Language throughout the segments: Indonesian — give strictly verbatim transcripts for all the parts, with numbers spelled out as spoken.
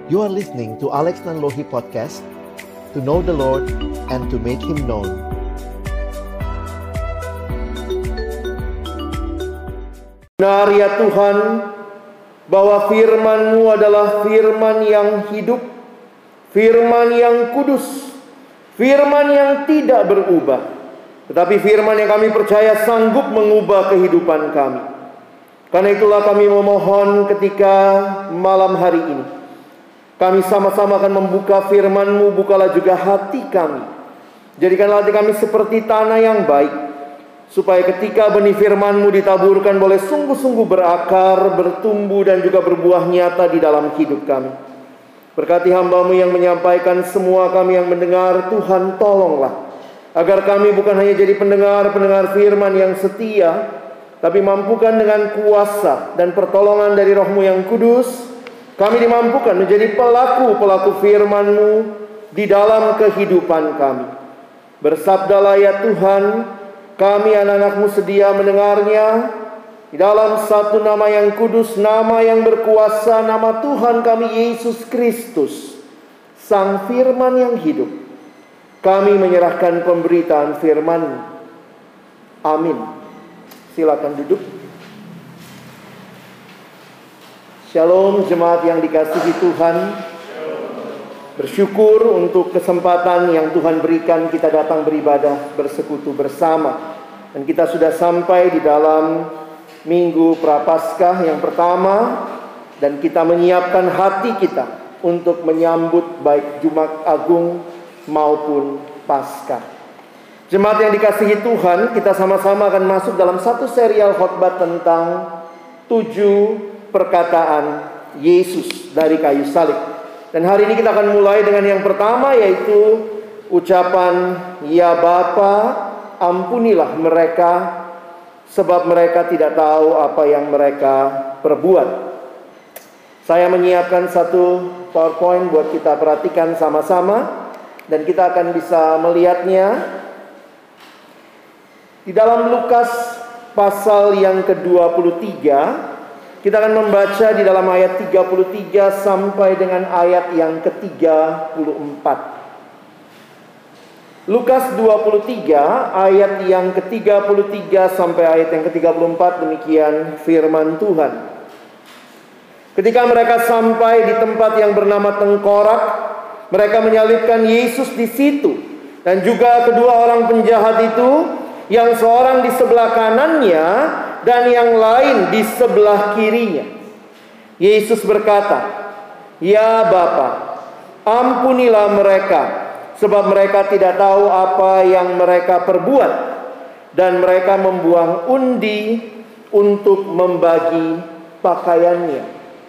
You are listening to Alex Nanlohi Podcast, to know the Lord and to make Him known. Benar ya Tuhan, bahwa firman-Mu adalah firman yang hidup, firman yang kudus, firman yang tidak berubah. Tetapi firman yang kami percaya sanggup mengubah kehidupan kami. Karena itulah kami memohon ketika malam hari ini, kami sama-sama akan membuka firman-Mu, bukalah juga hati kami. Jadikanlah hati kami seperti tanah yang baik, supaya ketika benih firman-Mu ditaburkan boleh sungguh-sungguh berakar, bertumbuh dan juga berbuah nyata di dalam hidup kami. Berkati hamba-Mu yang menyampaikan, semua kami yang mendengar, Tuhan tolonglah, agar kami bukan hanya jadi pendengar-pendengar firman yang setia, tapi mampukan dengan kuasa dan pertolongan dari Roh-Mu yang kudus, kami dimampukan menjadi pelaku-pelaku firman-Mu di dalam kehidupan kami. Bersabdalah ya Tuhan, kami anak-anak-Mu sedia mendengarnya, di dalam satu nama yang kudus, nama yang berkuasa, nama Tuhan kami Yesus Kristus, Sang Firman yang hidup. Kami menyerahkan pemberitaan firman-Mu. Amin. Silakan duduk. Shalom jemaat yang dikasihi Tuhan. Bersyukur untuk kesempatan yang Tuhan berikan kita datang beribadah, bersekutu bersama. Dan kita sudah sampai di dalam Minggu Prapaskah yang pertama, dan kita menyiapkan hati kita untuk menyambut baik Jumat Agung maupun Paskah. Jemaat yang dikasihi Tuhan, kita sama-sama akan masuk dalam satu serial khotbah tentang tujuh perkataan Yesus dari kayu salib. Dan hari ini kita akan mulai dengan yang pertama, yaitu ucapan, "Ya Bapa, ampunilah mereka, sebab mereka tidak tahu apa yang mereka perbuat." Saya menyiapkan satu PowerPoint buat kita perhatikan sama-sama, dan kita akan bisa melihatnya di dalam Lukas pasal yang ke dua puluh tiga. Kita akan membaca di dalam ayat tiga puluh tiga sampai dengan ayat yang ke tiga puluh empat. Lukas dua puluh tiga ayat yang ke tiga puluh tiga sampai ayat yang ke tiga puluh empat, demikian firman Tuhan. Ketika mereka sampai di tempat yang bernama Tengkorak, mereka menyalibkan Yesus di situ, dan juga kedua orang penjahat itu, yang seorang di sebelah kanannya dan yang lain di sebelah kirinya. Yesus berkata, "Ya Bapa, ampunilah mereka, sebab mereka tidak tahu apa yang mereka perbuat." Dan mereka membuang undi untuk membagi pakaiannya.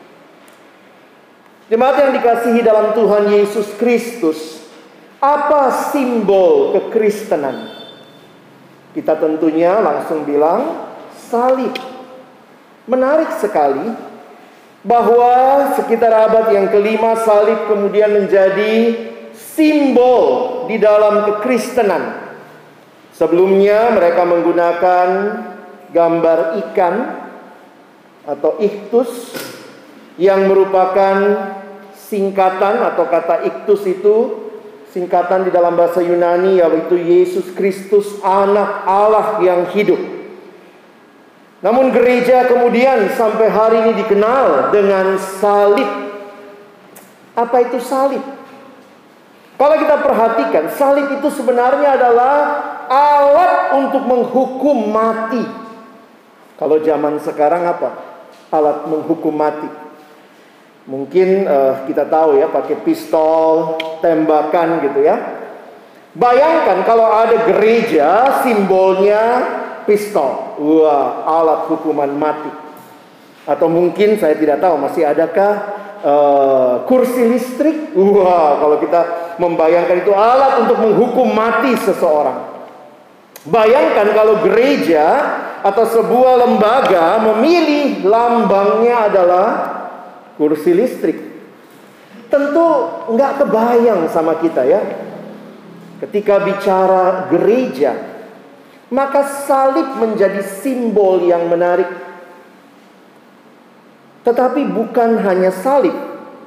Jemaat yang dikasihi dalam Tuhan Yesus Kristus, apa simbol kekristenan? Kita tentunya langsung bilang salib. Menarik sekali bahwa sekitar abad yang kelima salib kemudian menjadi simbol di dalam kekristenan. Sebelumnya mereka menggunakan gambar ikan atau ichthus, yang merupakan singkatan atau kata ichthus itu singkatan di dalam bahasa Yunani, yaitu Yesus Kristus, anak Allah yang hidup. Namun gereja kemudian sampai hari ini dikenal dengan salib. Apa itu salib? Kalau kita perhatikan, salib itu sebenarnya adalah alat untuk menghukum mati. Kalau zaman sekarang apa? Alat menghukum mati. Mungkin uh, kita tahu ya, pakai pistol, tembakan gitu ya. Bayangkan kalau ada gereja simbolnya pistol. Wah, alat hukuman mati. Atau mungkin saya tidak tahu masih adakah uh, kursi listrik. Wah, kalau kita membayangkan itu alat untuk menghukum mati seseorang. Bayangkan kalau gereja atau sebuah lembaga memilih lambangnya adalah kursi listrik. Tentu nggak kebayang sama kita ya. Ketika bicara gereja, maka salib menjadi simbol yang menarik. Tetapi bukan hanya salib.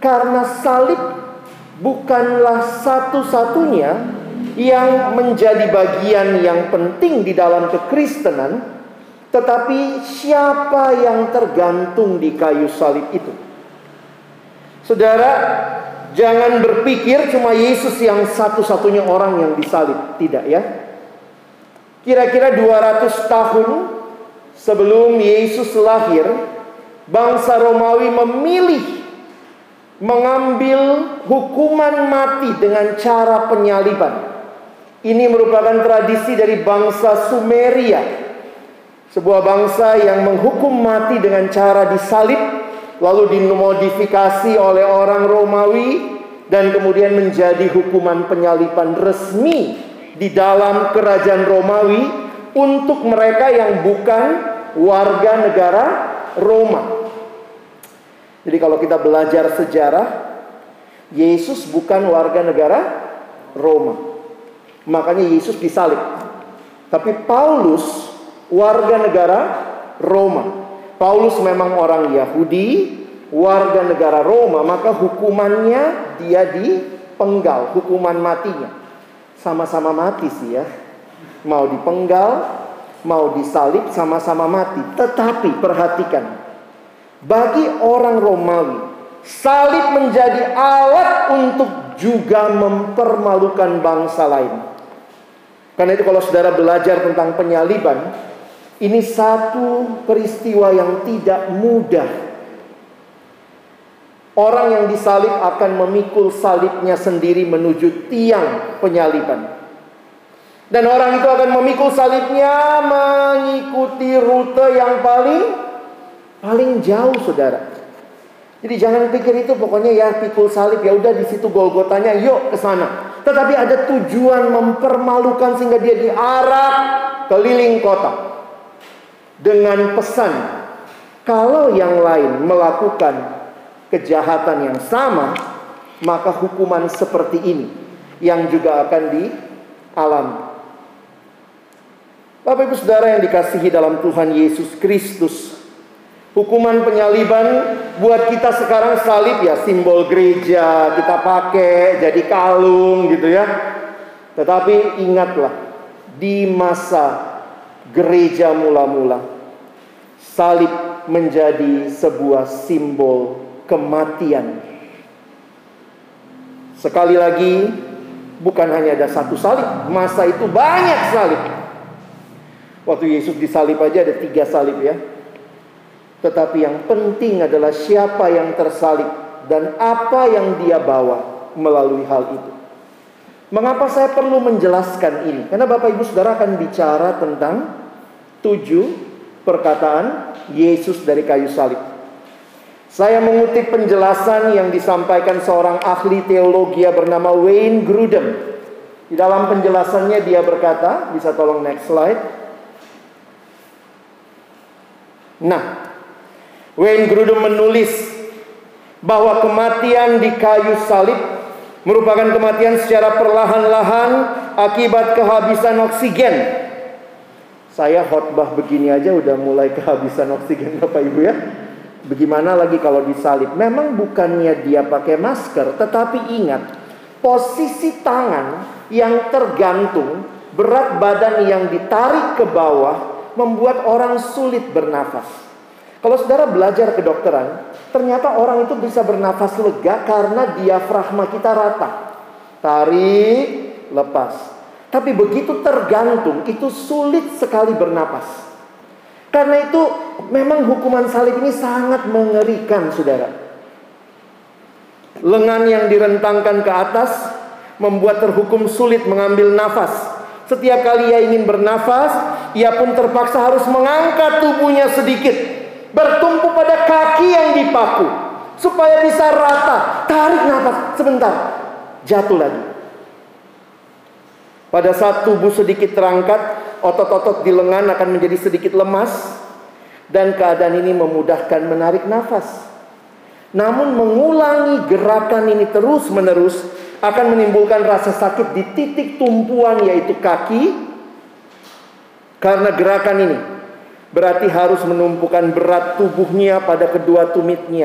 Karena salib bukanlah satu-satunya yang menjadi bagian yang penting di dalam kekristenan, tetapi siapa yang tergantung di kayu salib itu. Saudara, jangan berpikir cuma Yesus yang satu-satunya orang yang disalib. Tidak ya. Kira-kira dua ratus tahun sebelum Yesus lahir, bangsa Romawi memilih mengambil hukuman mati dengan cara penyaliban. Ini merupakan tradisi dari bangsa Sumeria, sebuah bangsa yang menghukum mati dengan cara disalib, lalu dimodifikasi oleh orang Romawi, dan kemudian menjadi hukuman penyaliban resmi di dalam kerajaan Romawi untuk mereka yang bukan warga negara Roma. Jadi kalau kita belajar sejarah, Yesus bukan warga negara Roma, makanya Yesus disalib. Tapi Paulus warga negara Roma. Paulus memang orang Yahudi, warga negara Roma, maka hukumannya dia dipenggal, hukuman matinya. Sama-sama mati sih ya. Mau dipenggal, mau disalib, sama-sama mati. Tetapi perhatikan, bagi orang Romawi, salib menjadi alat untuk juga mempermalukan bangsa lain. Karena itu kalau saudara belajar tentang penyaliban, ini satu peristiwa yang tidak mudah. Orang yang disalib akan memikul salibnya sendiri menuju tiang penyaliban. Dan orang itu akan memikul salibnya mengikuti rute yang paling paling jauh, saudara. Jadi jangan pikir itu pokoknya ya pikul salib, ya udah di situ Golgotanya, yuk ke sana. Tetapi ada tujuan mempermalukan sehingga dia diarak keliling kota dengan pesan, kalau yang lain melakukan kejahatan yang sama, maka hukuman seperti ini yang juga akan dialami. Bapak Ibu Saudara yang dikasihi dalam Tuhan Yesus Kristus, hukuman penyaliban buat kita sekarang salib ya simbol gereja, kita pakai jadi kalung gitu ya. Tetapi ingatlah, di masa gereja mula-mula, salib menjadi sebuah simbol kematian. Sekali lagi, bukan hanya ada satu salib, masa itu banyak salib. Waktu Yesus disalib aja ada tiga salib ya. Tetapi yang penting adalah siapa yang tersalib dan apa yang dia bawa melalui hal itu. Mengapa saya perlu menjelaskan ini? Karena Bapak Ibu Saudara akan bicara tentang tujuh perkataan Yesus dari kayu salib. Saya mengutip penjelasan yang disampaikan seorang ahli teologi bernama Wayne Grudem. Di dalam penjelasannya dia berkata, bisa tolong next slide. Nah, Wayne Grudem menulis bahwa kematian di kayu salib merupakan kematian secara perlahan-lahan akibat kehabisan oksigen. Saya khotbah begini aja udah mulai kehabisan oksigen Bapak Ibu ya. Bagaimana lagi kalau disalib? Memang bukannya dia pakai masker, tetapi ingat, posisi tangan yang tergantung, berat badan yang ditarik ke bawah membuat orang sulit bernafas. Kalau saudara belajar kedokteran, ternyata orang itu bisa bernafas lega karena diafragma kita rata. Tarik, lepas. Tapi begitu tergantung, itu sulit sekali bernafas. Karena itu memang hukuman salib ini sangat mengerikan, saudara. Lengan yang direntangkan ke atas membuat terhukum sulit mengambil nafas. Setiap kali ia ingin bernafas, ia pun terpaksa harus mengangkat tubuhnya sedikit, bertumpu pada kaki yang dipaku supaya bisa rata. Tarik nafas sebentar, jatuh lagi. Pada saat tubuh sedikit terangkat, otot-otot di lengan akan menjadi sedikit lemas, dan keadaan ini memudahkan menarik nafas. Namun mengulangi gerakan ini terus-menerus akan menimbulkan rasa sakit di titik tumpuan, yaitu kaki. Karena gerakan ini berarti harus menumpukan berat tubuhnya pada kedua tumitnya,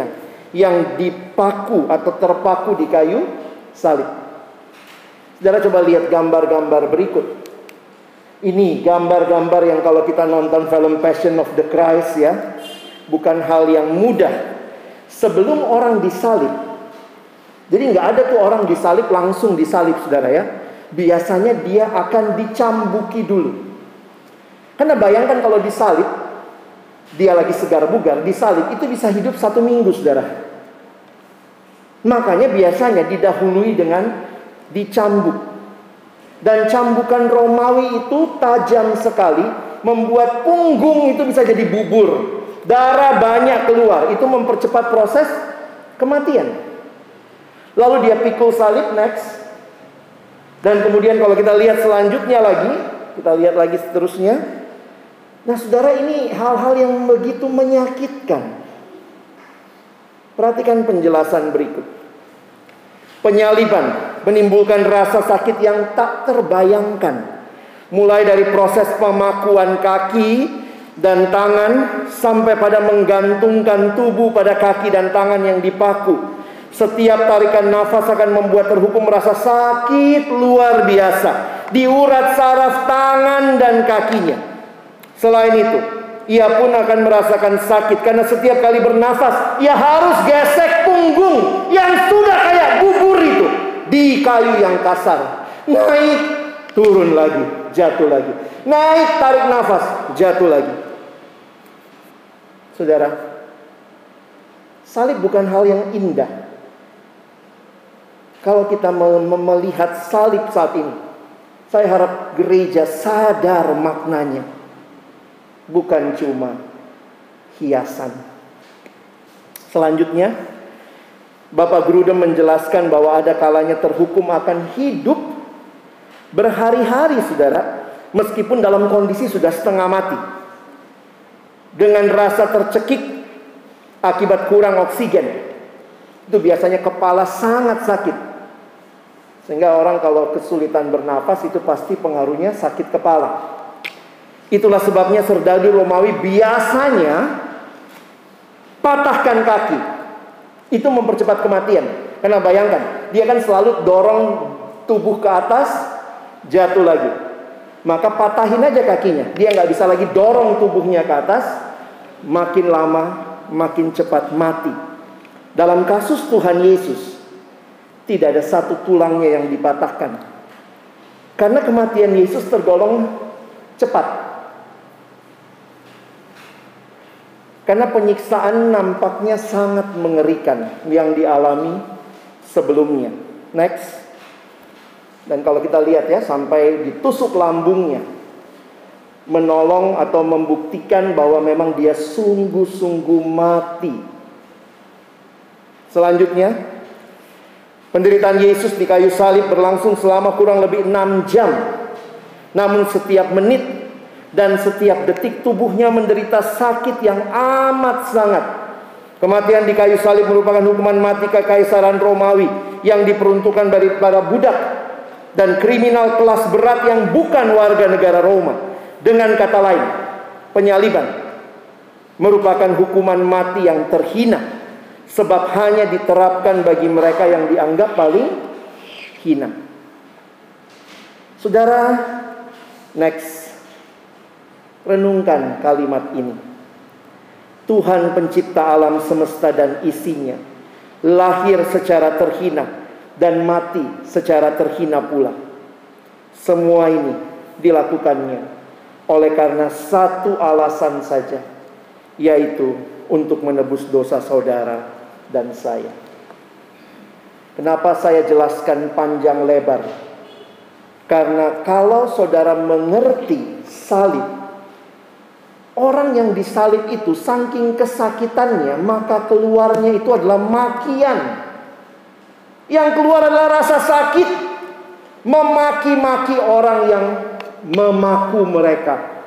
yang dipaku atau terpaku di kayu salib. Saudara coba lihat gambar-gambar berikut. Ini gambar-gambar yang kalau kita nonton film Passion of the Christ ya, bukan hal yang mudah. Sebelum orang disalib, jadi nggak ada tuh orang disalib langsung disalib, saudara ya. Biasanya dia akan dicambuki dulu. Karena bayangkan kalau disalib, dia lagi segar bugar, disalib itu bisa hidup satu minggu, saudara. Makanya biasanya didahului dengan dicambuk. Dan cambukan Romawi itu tajam sekali, membuat punggung itu bisa jadi bubur. Darah banyak keluar, itu mempercepat proses kematian. Lalu dia pikul salib, next. Dan kemudian kalau kita lihat selanjutnya lagi, kita lihat lagi seterusnya. Nah saudara, ini hal-hal yang begitu menyakitkan. Perhatikan penjelasan berikut. Penyaliban menimbulkan rasa sakit yang tak terbayangkan. Mulai dari proses pemakuan kaki dan tangan sampai pada menggantungkan tubuh pada kaki dan tangan yang dipaku. Setiap tarikan nafas akan membuat terhukum merasa sakit luar biasa. Diurat saraf tangan dan kakinya. Selain itu, ia pun akan merasakan sakit karena setiap kali bernafas ia harus gesek punggung yang sudah kayak bubur itu di kayu yang kasar. Naik, turun lagi, jatuh lagi. Naik, tarik nafas, jatuh lagi. Saudara, salib bukan hal yang indah. Kalau kita melihat salib saat ini, saya harap gereja sadar maknanya. Bukan cuma hiasan. Selanjutnya, Bapak Grudem menjelaskan bahwa ada kalanya terhukum akan hidup berhari-hari, saudara, meskipun dalam kondisi sudah setengah mati. Dengan rasa tercekik akibat kurang oksigen. Itu biasanya kepala sangat sakit. Sehingga orang kalau kesulitan bernafas itu pasti pengaruhnya sakit kepala. Itulah sebabnya serdadu Romawi biasanya patahkan kaki. Itu mempercepat kematian. Karena bayangkan, dia kan selalu dorong tubuh ke atas, jatuh lagi. Maka patahin aja kakinya. Dia nggak bisa lagi dorong tubuhnya ke atas. Makin lama, makin cepat mati. Dalam kasus Tuhan Yesus, tidak ada satu tulangnya yang dipatahkan. Karena kematian Yesus tergolong cepat. Karena penyiksaan nampaknya sangat mengerikan yang dialami sebelumnya. Next. Dan kalau kita lihat ya, sampai ditusuk lambungnya. Menolong atau membuktikan bahwa memang dia sungguh-sungguh mati. Selanjutnya, penderitaan Yesus di kayu salib berlangsung selama kurang lebih enam jam. Namun setiap menit dan setiap detik tubuhnya menderita sakit yang amat sangat. Kematian di kayu salib merupakan hukuman mati kekaisaran Romawi yang diperuntukkan bagi para budak dan kriminal kelas berat yang bukan warga negara Roma. Dengan kata lain, penyaliban merupakan hukuman mati yang terhina, sebab hanya diterapkan bagi mereka yang dianggap paling hina. Saudara, next. Renungkan kalimat ini. Tuhan pencipta alam semesta dan isinya lahir secara terhina dan mati secara terhina pula. Semua ini dilakukannya oleh karena satu alasan saja, yaitu untuk menebus dosa saudara dan saya. Kenapa saya jelaskan panjang lebar? Karena kalau saudara mengerti salib, orang yang disalib itu saking kesakitannya, maka keluarnya itu adalah makian. Yang keluar adalah rasa sakit, memaki-maki orang yang memaku mereka.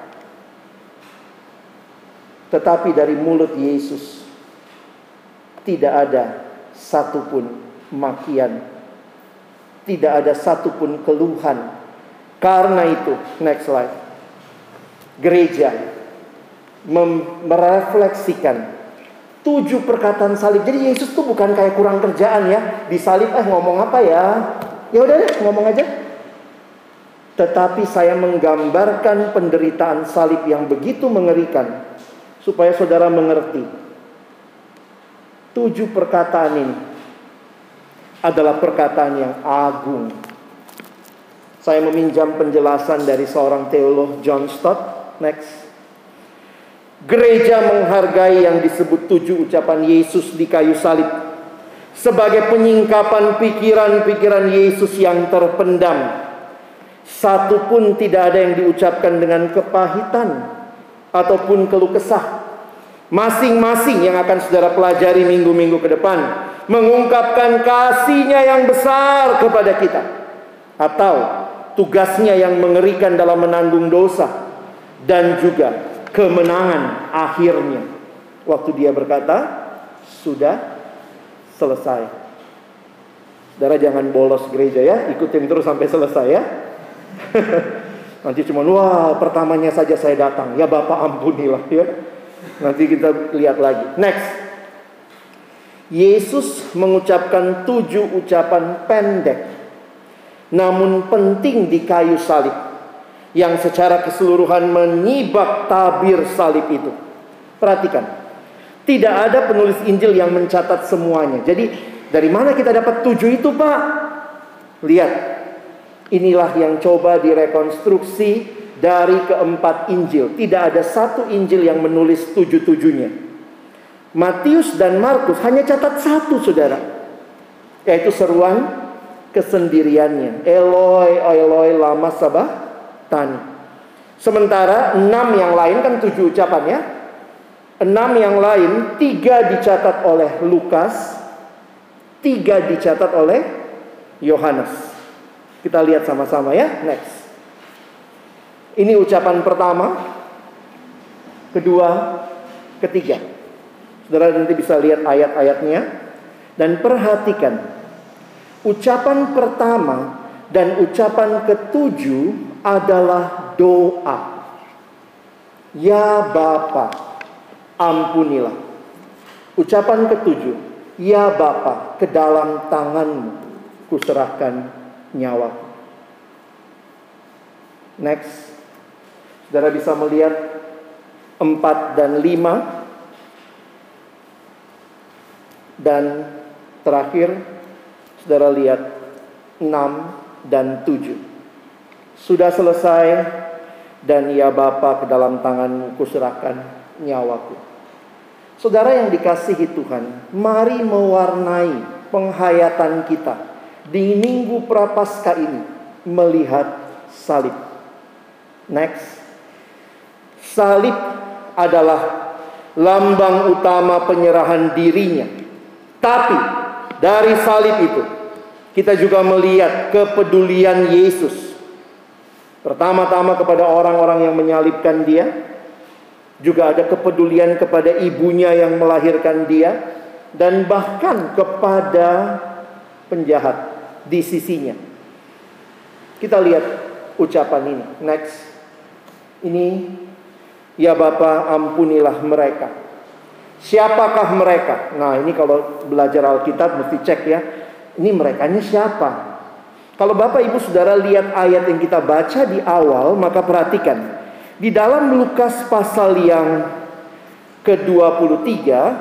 Tetapi dari mulut Yesus tidak ada satupun makian, tidak ada satupun keluhan. Karena itu, next slide, gereja merefleksikan Tujuh perkataan salib. Jadi Yesus tuh bukan kayak kurang kerjaan ya. Disalib eh ngomong apa ya? Ya udah deh ngomong aja. Tetapi saya menggambarkan penderitaan salib yang begitu mengerikan supaya saudara mengerti. Tujuh perkataan ini adalah perkataan yang agung. Saya meminjam penjelasan dari seorang teolog, John Stott. Next. Gereja menghargai yang disebut tujuh ucapan Yesus di kayu salib sebagai penyingkapan pikiran-pikiran Yesus yang terpendam. Satu pun tidak ada yang diucapkan dengan kepahitan ataupun keluh kesah. Masing-masing yang akan saudara pelajari minggu-minggu ke depan mengungkapkan kasih-Nya yang besar kepada kita, atau tugasnya yang mengerikan dalam menanggung dosa, dan juga kemenangan akhirnya waktu Dia berkata, sudah selesai. Saudara jangan bolos gereja ya, ikutin terus sampai selesai ya. Nanti cuma wah pertamanya saja saya datang, ya Bapak ampunilah ya. Nanti kita lihat lagi. Next. Yesus mengucapkan tujuh ucapan pendek namun penting di kayu salib, yang secara keseluruhan menyibak tabir salib itu. Perhatikan, tidak ada penulis Injil yang mencatat semuanya. Jadi dari mana kita dapat tujuh itu Pak? Lihat, inilah yang coba direkonstruksi dari keempat Injil. Tidak ada satu Injil yang menulis tujuh-tujuhnya. Matius dan Markus hanya catat satu saudara, yaitu seruan kesendiriannya. Eloi, Eloi, lama sabachthani. Sementara enam yang lain kan tujuh ucapan ya. Enam yang lain, tiga dicatat oleh Lukas, tiga dicatat oleh Yohanes. Kita lihat sama-sama ya. Next. Ini ucapan pertama, kedua, ketiga. Saudara nanti bisa lihat ayat-ayatnya. Dan perhatikan, ucapan pertama dan ucapan ketujuh adalah doa. Ya Bapa, ampunilah. Ucapan ketujuh, ya Bapa, ke dalam tangan-Mu kuserahkan nyawaku. Next. Saudara bisa melihat empat dan lima. Dan terakhir, saudara lihat enam dan tujuh. Sudah selesai, dan ya Bapa, ke dalam tangan-Mu kuserahkan nyawaku. Saudara yang dikasihi Tuhan, mari mewarnai penghayatan kita di Minggu Prapaskah ini melihat salib. Next. Salib adalah lambang utama penyerahan dirinya. Tapi dari salib itu kita juga melihat kepedulian Yesus. Pertama-tama kepada orang-orang yang menyalibkan Dia. Juga ada kepedulian kepada ibunya yang melahirkan Dia. Dan bahkan kepada penjahat di sisinya. Kita lihat ucapan ini. Next. Ini, ya Bapa, ampunilah mereka. Siapakah mereka? Nah ini kalau belajar Alkitab mesti cek ya. Ini merekanya siapa? Kalau Bapak Ibu Saudara lihat ayat yang kita baca di awal, maka perhatikan. Di dalam Lukas pasal yang ke dua puluh tiga,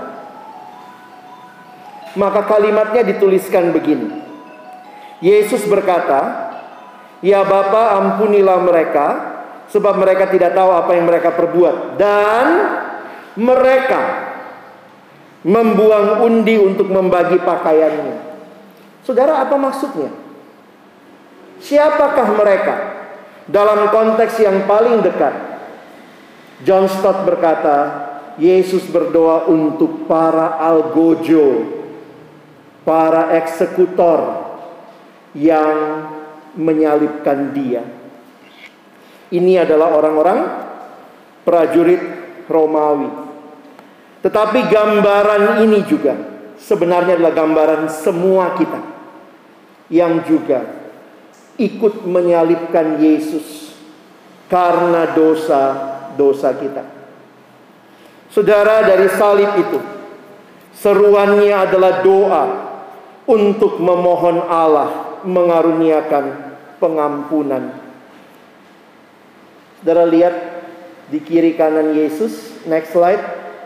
maka kalimatnya dituliskan begini. Yesus berkata, ya Bapa, ampunilah mereka, sebab mereka tidak tahu apa yang mereka perbuat. Dan mereka membuang undi untuk membagi pakaiannya. Saudara, apa maksudnya? Siapakah mereka? Dalam konteks yang paling dekat, John Stott berkata, Yesus berdoa untuk para algojo, para eksekutor yang menyalibkan Dia. Ini adalah orang-orang prajurit Romawi. Tetapi gambaran ini juga sebenarnya adalah gambaran semua kita yang juga ikut menyalibkan Yesus karena dosa-dosa kita. Saudara, dari salib itu Seruannya adalah doa untuk memohon Allah mengaruniakan pengampunan. Saudara lihat di kiri kanan Yesus, next slide.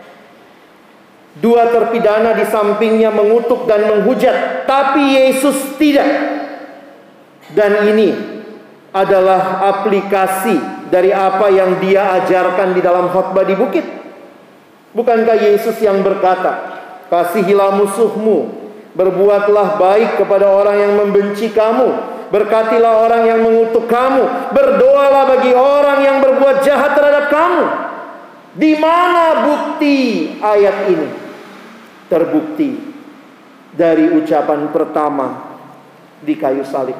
Dua terpidana di sampingnya mengutuk dan menghujat, tapi Yesus tidak. Dan ini adalah aplikasi dari apa yang dia ajarkan di dalam khotbah di bukit. Bukankah Yesus yang berkata, kasihilah musuhmu, berbuatlah baik kepada orang yang membenci kamu, berkatilah orang yang mengutuk kamu, berdoalah bagi orang yang berbuat jahat terhadap kamu. Di mana bukti ayat ini? Terbukti dari ucapan pertama di kayu salib.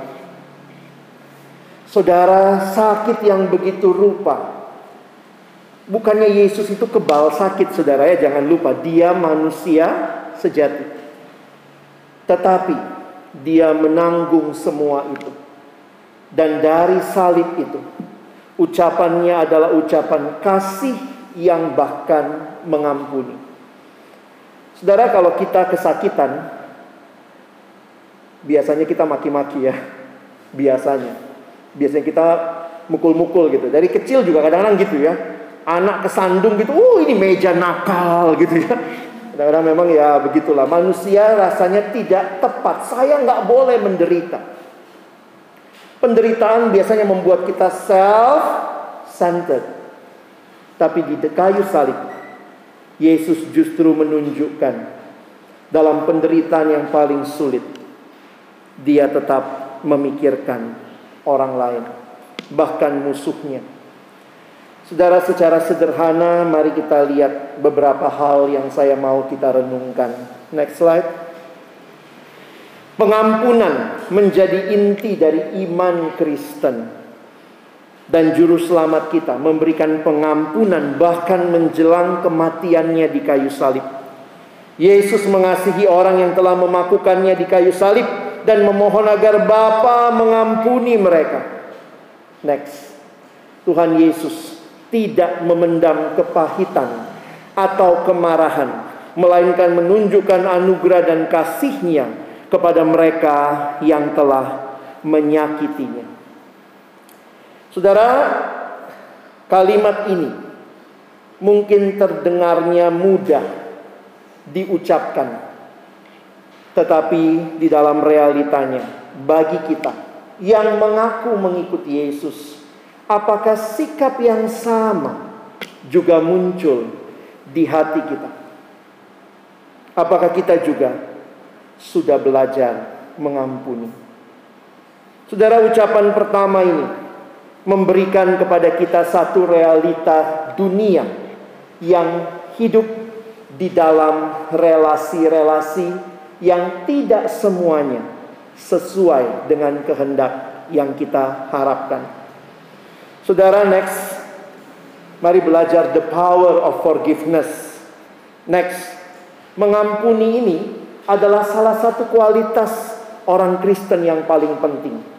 Saudara, sakit yang begitu rupa. Bukannya Yesus itu kebal sakit, saudara ya, jangan lupa. Dia manusia sejati. Tetapi dia menanggung semua itu. Dan dari salib itu, ucapannya adalah ucapan kasih yang bahkan mengampuni. Saudara, kalau kita kesakitan, biasanya kita maki-maki ya. Biasanya. Biasanya kita mukul-mukul gitu. Dari kecil juga kadang-kadang gitu ya. Anak kesandung gitu, oh ini meja nakal gitu ya. Kadang-kadang memang ya begitulah. Manusia rasanya tidak tepat. Saya nggak boleh menderita. Penderitaan biasanya membuat kita self-centered. Tapi di kayu salib, Yesus justru menunjukkan dalam penderitaan yang paling sulit, dia tetap memikirkan orang lain, bahkan musuhnya. Saudara, secara sederhana mari kita lihat beberapa hal yang saya mau kita renungkan. Next slide. Pengampunan menjadi inti dari iman Kristen. Dan juru selamat kita memberikan pengampunan bahkan menjelang kematiannya di kayu salib. Yesus mengasihi orang yang telah memakukannya di kayu salib dan memohon agar Bapa mengampuni mereka. Next. Tuhan Yesus tidak memendam kepahitan atau kemarahan, melainkan menunjukkan anugerah dan kasih-Nya kepada mereka yang telah menyakitinya. Saudara, kalimat ini mungkin terdengarnya mudah diucapkan, tetapi di dalam realitanya bagi kita yang mengaku mengikuti Yesus, apakah sikap yang sama juga muncul di hati kita? Apakah kita juga sudah belajar mengampuni? Saudara, ucapan pertama ini memberikan kepada kita satu realita dunia yang hidup di dalam relasi-relasi yang tidak semuanya sesuai dengan kehendak yang kita harapkan. Saudara, next. Mari belajar the power of forgiveness. Next. Mengampuni ini adalah salah satu kualitas orang Kristen yang paling penting.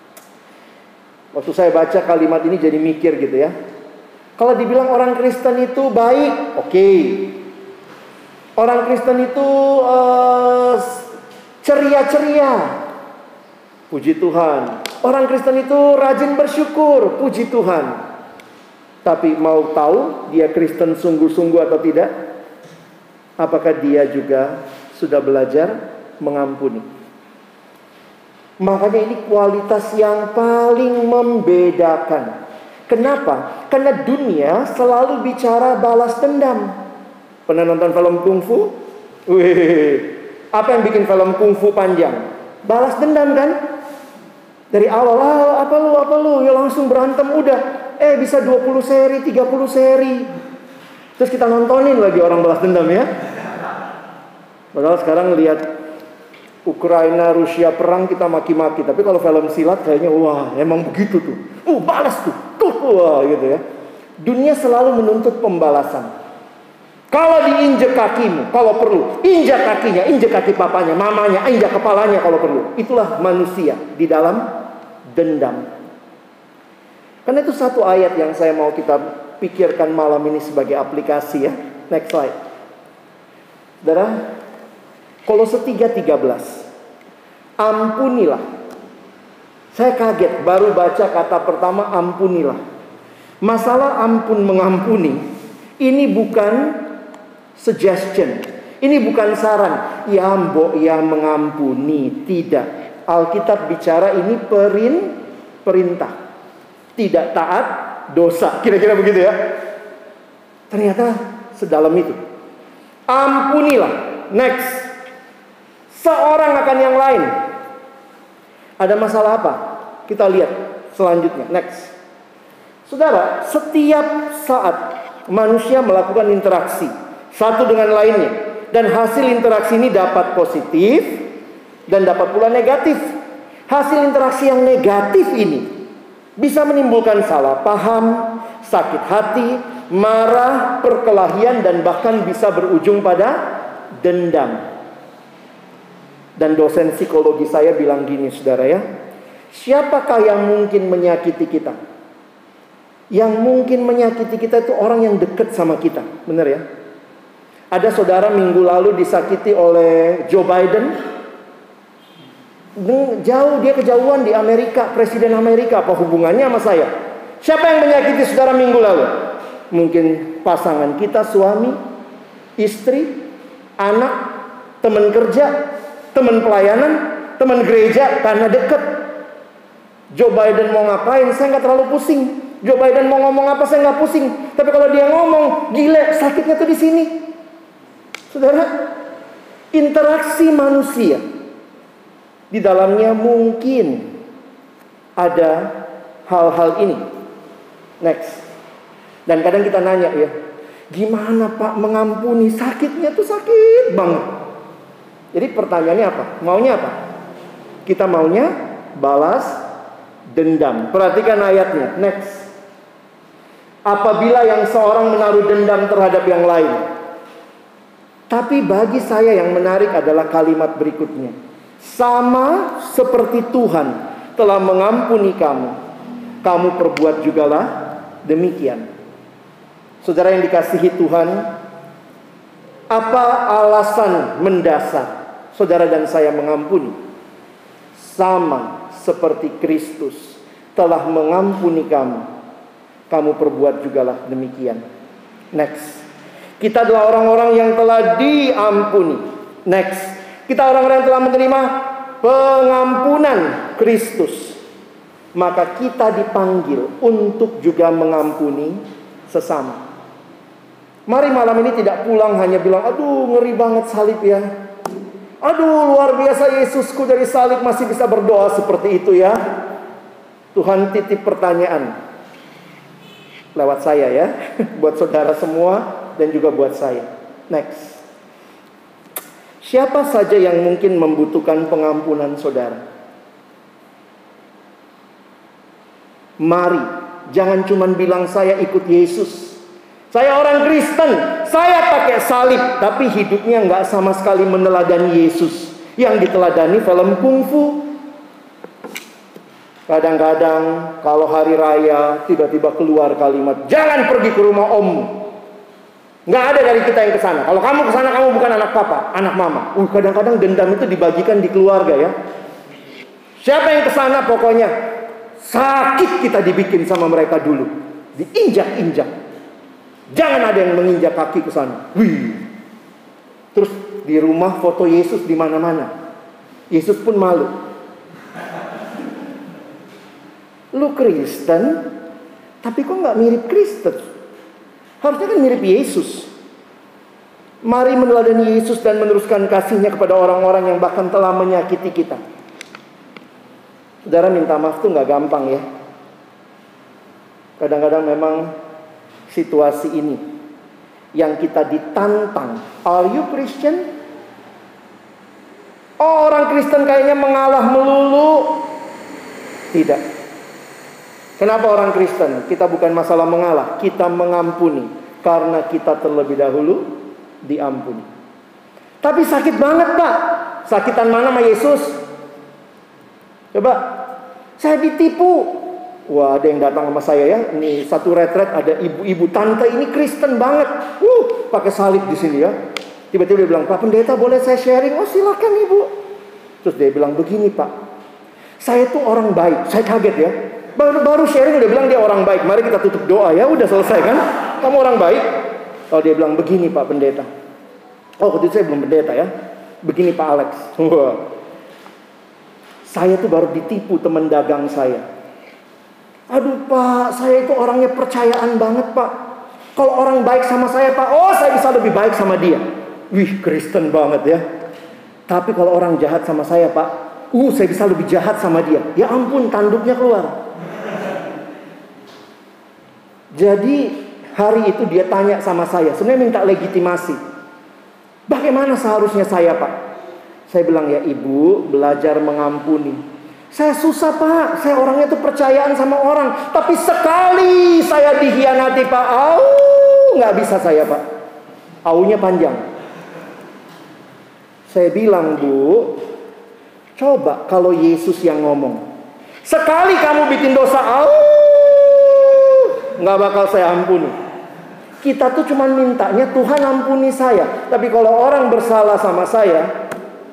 Waktu saya baca kalimat ini jadi mikir gitu ya. Kalau dibilang orang Kristen itu baik, oke. Okay. Orang Kristen itu uh, ceria-ceria, puji Tuhan. Orang Kristen itu rajin bersyukur, puji Tuhan. Tapi mau tahu dia Kristen sungguh-sungguh atau tidak? Apakah dia juga sudah belajar mengampuni? Makanya ini kualitas yang paling membedakan. Kenapa? Karena dunia selalu bicara balas dendam. Pernah nonton film kungfu? Wih, apa yang bikin film kungfu panjang? Balas dendam kan? Dari awal, ah, apa lu, apa lu, ya langsung berantem udah. Eh bisa dua puluh seri, tiga puluh seri. Terus kita nontonin lagi orang balas dendam ya. Padahal sekarang lihat Ukraina, Rusia perang kita maki-maki. Tapi kalau film silat kayaknya wah emang begitu tuh. Uh balas tuh, tuh wah gitu ya. Dunia selalu menuntut pembalasan. Kalau diinjek kakimu, kalau perlu, injak kakinya, injek kaki papanya, mamanya, injak kepalanya kalau perlu. Itulah manusia di dalam dendam. Karena itu satu ayat yang saya mau kita pikirkan malam ini sebagai aplikasi ya. Next slide. Saudara, Kolose tiga tiga belas. Ampunilah. Saya kaget baru baca kata pertama ampunilah. Masalah ampun mengampuni ini bukan suggestion. Ini bukan saran. Ya mbok ya mengampuni. Tidak. Alkitab bicara ini perin, perintah. Tidak taat, dosa. Kira-kira begitu ya. Ternyata sedalam itu. Ampunilah. Next. Seorang akan yang lain. Ada masalah apa? Kita lihat selanjutnya. Next. Saudara, setiap saat manusia melakukan interaksi satu dengan lainnya, dan hasil interaksi ini dapat positif dan dapat pula negatif. Hasil interaksi yang negatif ini bisa menimbulkan salah paham, sakit hati, marah, perkelahian, dan bahkan bisa berujung pada dendam. Dan dosen psikologi saya bilang gini, saudara ya, siapakah yang mungkin menyakiti kita? Yang mungkin menyakiti kita itu orang yang dekat sama kita. Benar ya? Ada saudara minggu lalu disakiti oleh Joe Biden. Jauh, dia kejauhan di Amerika, presiden Amerika. Apa hubungannya sama saya? Siapa yang menyakiti saudara minggu lalu? Mungkin pasangan kita, suami, istri, anak, teman kerja, teman pelayanan, teman gereja, karena dekat. Joe Biden mau ngapain, saya nggak terlalu pusing. Joe Biden mau ngomong apa, saya nggak pusing. Tapi kalau dia ngomong, gila, sakitnya tuh di sini. Saudara, interaksi manusia di dalamnya mungkin ada hal-hal ini. Next. Dan kadang kita nanya ya, gimana Pak mengampuni? Sakitnya tuh sakit banget. Jadi pertanyaannya apa? Maunya apa? Kita maunya balas dendam. Perhatikan ayatnya. Next. Apabila yang seorang menaruh dendam terhadap yang lain. Tapi bagi saya yang menarik adalah kalimat berikutnya. Sama seperti Tuhan telah mengampuni kamu, kamu perbuat jugalah demikian. Saudara yang dikasihi Tuhan, apa alasan mendasar saudara dan saya mengampuni? Sama seperti Kristus telah mengampuni kamu, kamu perbuat jugalah demikian. Next. Kita adalah orang-orang yang telah diampuni. Next. Kita orang-orang yang telah menerima pengampunan Kristus. Maka kita dipanggil untuk juga mengampuni sesama. Mari malam ini tidak pulang hanya bilang, aduh ngeri banget salib ya. Aduh luar biasa Yesusku dari salib masih bisa berdoa seperti itu ya. Tuhan titip pertanyaan lewat saya ya. Buat saudara semua dan juga buat saya. Next. Siapa saja yang mungkin membutuhkan pengampunan saudara? Mari, jangan cuma bilang saya ikut Yesus. Saya orang Kristen, saya pakai salib, tapi hidupnya nggak sama sekali meneladani Yesus. Yang diteladani film kungfu. Kadang-kadang kalau hari raya tiba-tiba keluar kalimat, jangan pergi ke rumah om. Nggak ada dari kita yang ke sana. Kalau kamu ke sana, kamu bukan anak papa, anak mama. Uh, kadang-kadang dendam itu dibagikan di keluarga ya. Siapa yang ke sana pokoknya sakit kita dibikin sama mereka dulu. Diinjak-injak. Jangan ada yang menginjak kaki ke sana. Wih. Terus di rumah foto Yesus di mana-mana. Yesus pun malu. Lu Kristen, tapi kok nggak mirip Kristen? Harusnya kan mirip Yesus. Mari meneladani Yesus dan meneruskan kasihnya kepada orang-orang yang bahkan telah menyakiti kita. Saudara, minta maaf tuh gak gampang ya. Kadang-kadang memang situasi ini yang kita ditantang. Are you Christian? Oh, orang Kristen kayaknya mengalah melulu. Tidak. Kenapa orang Kristen? Kita bukan masalah mengalah, kita mengampuni. Karena kita terlebih dahulu diampuni. Tapi sakit banget Pak. Sakitan mana sama Yesus? Coba, saya ditipu. Wah, ada yang datang sama saya ya. Ini satu retret ada ibu-ibu, tante ini Kristen banget. Uh, pakai salib di sini ya. Tiba-tiba dia bilang, Pak Pendeta boleh saya sharing? Oh silakan Ibu. Terus dia bilang, begini Pak, saya tuh orang baik. Saya kaget ya. Baru, baru sharing udah bilang dia orang baik. Mari kita tutup doa ya. Udah selesai kan? Kamu orang baik. Kalau dia bilang, begini Pak Pendeta. Oh waktu itu saya belum pendeta ya. Begini Pak Alex. Wah. Saya tuh baru ditipu teman dagang saya. Aduh Pak, saya itu orangnya percayaan banget Pak. Kalau orang baik sama saya Pak, oh saya bisa lebih baik sama dia. Wih, Kristen banget ya. Tapi kalau orang jahat sama saya Pak, uh saya bisa lebih jahat sama dia. Ya ampun, tanduknya keluar. Jadi hari itu dia tanya sama saya, sebenarnya minta legitimasi. Bagaimana seharusnya saya Pak? Saya bilang, ya Ibu, belajar mengampuni. Saya susah Pak, saya orangnya tuh percayaan sama orang. Tapi sekali saya dikhianati Pak, au, nggak bisa saya Pak. Aunya panjang. Saya bilang, Bu, coba kalau Yesus yang ngomong. Sekali kamu bikin dosa, au, nggak bakal saya ampuni. Kita tuh cuma mintanya Tuhan ampuni saya. Tapi kalau orang bersalah sama saya,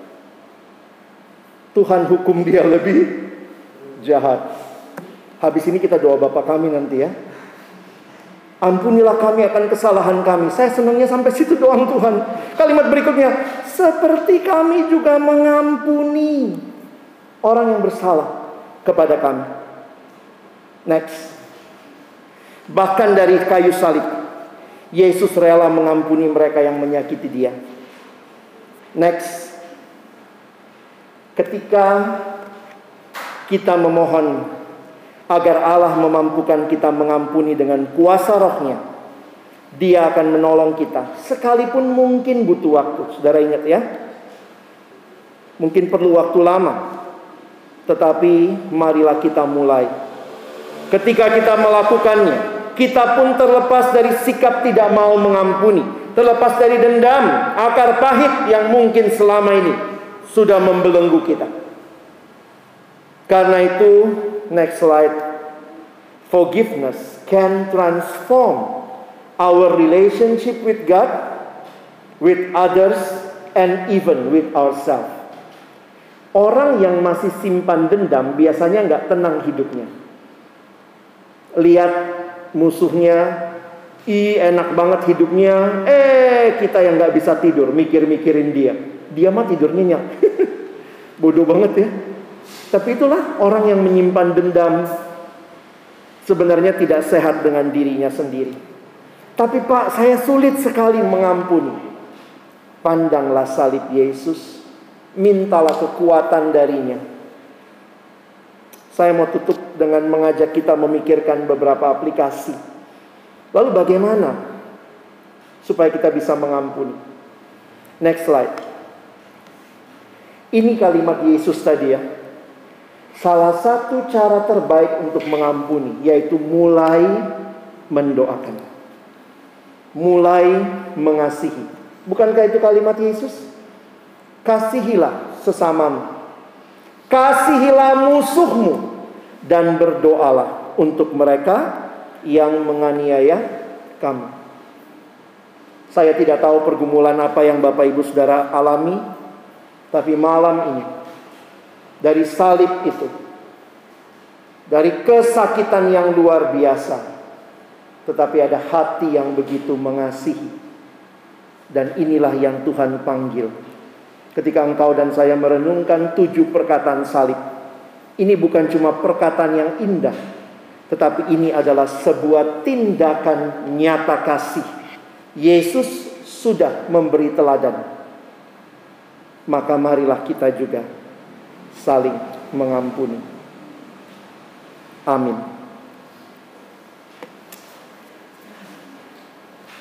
Tuhan hukum dia lebih jahat. Habis ini kita doa Bapa kami nanti ya. Ampunilah kami akan kesalahan kami. Saya senangnya sampai situ doang Tuhan. Kalimat berikutnya, seperti kami juga mengampuni orang yang bersalah kepada kami. Next. Bahkan dari kayu salib, Yesus rela mengampuni mereka yang menyakiti dia. Next. Ketika kita memohon agar Allah memampukan kita mengampuni dengan kuasa rohnya, Dia akan menolong kita. Sekalipun mungkin butuh waktu. Saudara ingat ya, mungkin perlu waktu lama, tetapi marilah kita mulai. Ketika kita melakukannya, kita pun terlepas dari sikap tidak mau mengampuni, terlepas dari dendam, akar pahit yang mungkin selama ini sudah membelenggu kita. Karena itu, next slide. Forgiveness can transform our relationship with God, with others, and even with ourselves. Orang yang masih simpan dendam biasanya nggak tenang hidupnya. Lihat musuhnya, ih enak banget hidupnya, eh kita yang nggak bisa tidur mikir-mikirin dia. Dia mah tidur nyenyak. Bodoh banget ya. Tapi itulah orang yang menyimpan dendam, sebenarnya tidak sehat dengan dirinya sendiri. Tapi Pak, saya sulit sekali mengampuni. Pandanglah salib Yesus, mintalah kekuatan darinya. Saya mau tutup dengan mengajak kita memikirkan beberapa aplikasi. Lalu bagaimana supaya kita bisa mengampuni? Next slide. Ini kalimat Yesus tadi ya. Salah satu cara terbaik untuk mengampuni yaitu mulai mendoakan, mulai mengasihi. Bukankah itu kalimat Yesus? Kasihilah sesamamu, kasihilah musuhmu, dan berdoalah untuk mereka yang menganiaya kamu. Saya tidak tahu pergumulan apa yang Bapak Ibu Saudara alami, tapi malam ini, dari salib itu, dari kesakitan yang luar biasa, tetapi ada hati yang begitu mengasihi. Dan inilah yang Tuhan panggil. Ketika engkau dan saya merenungkan tujuh perkataan salib, ini bukan cuma perkataan yang indah, tetapi ini adalah sebuah tindakan nyata kasih. Yesus sudah memberi teladan. Maka marilah kita juga saling mengampuni. Amin.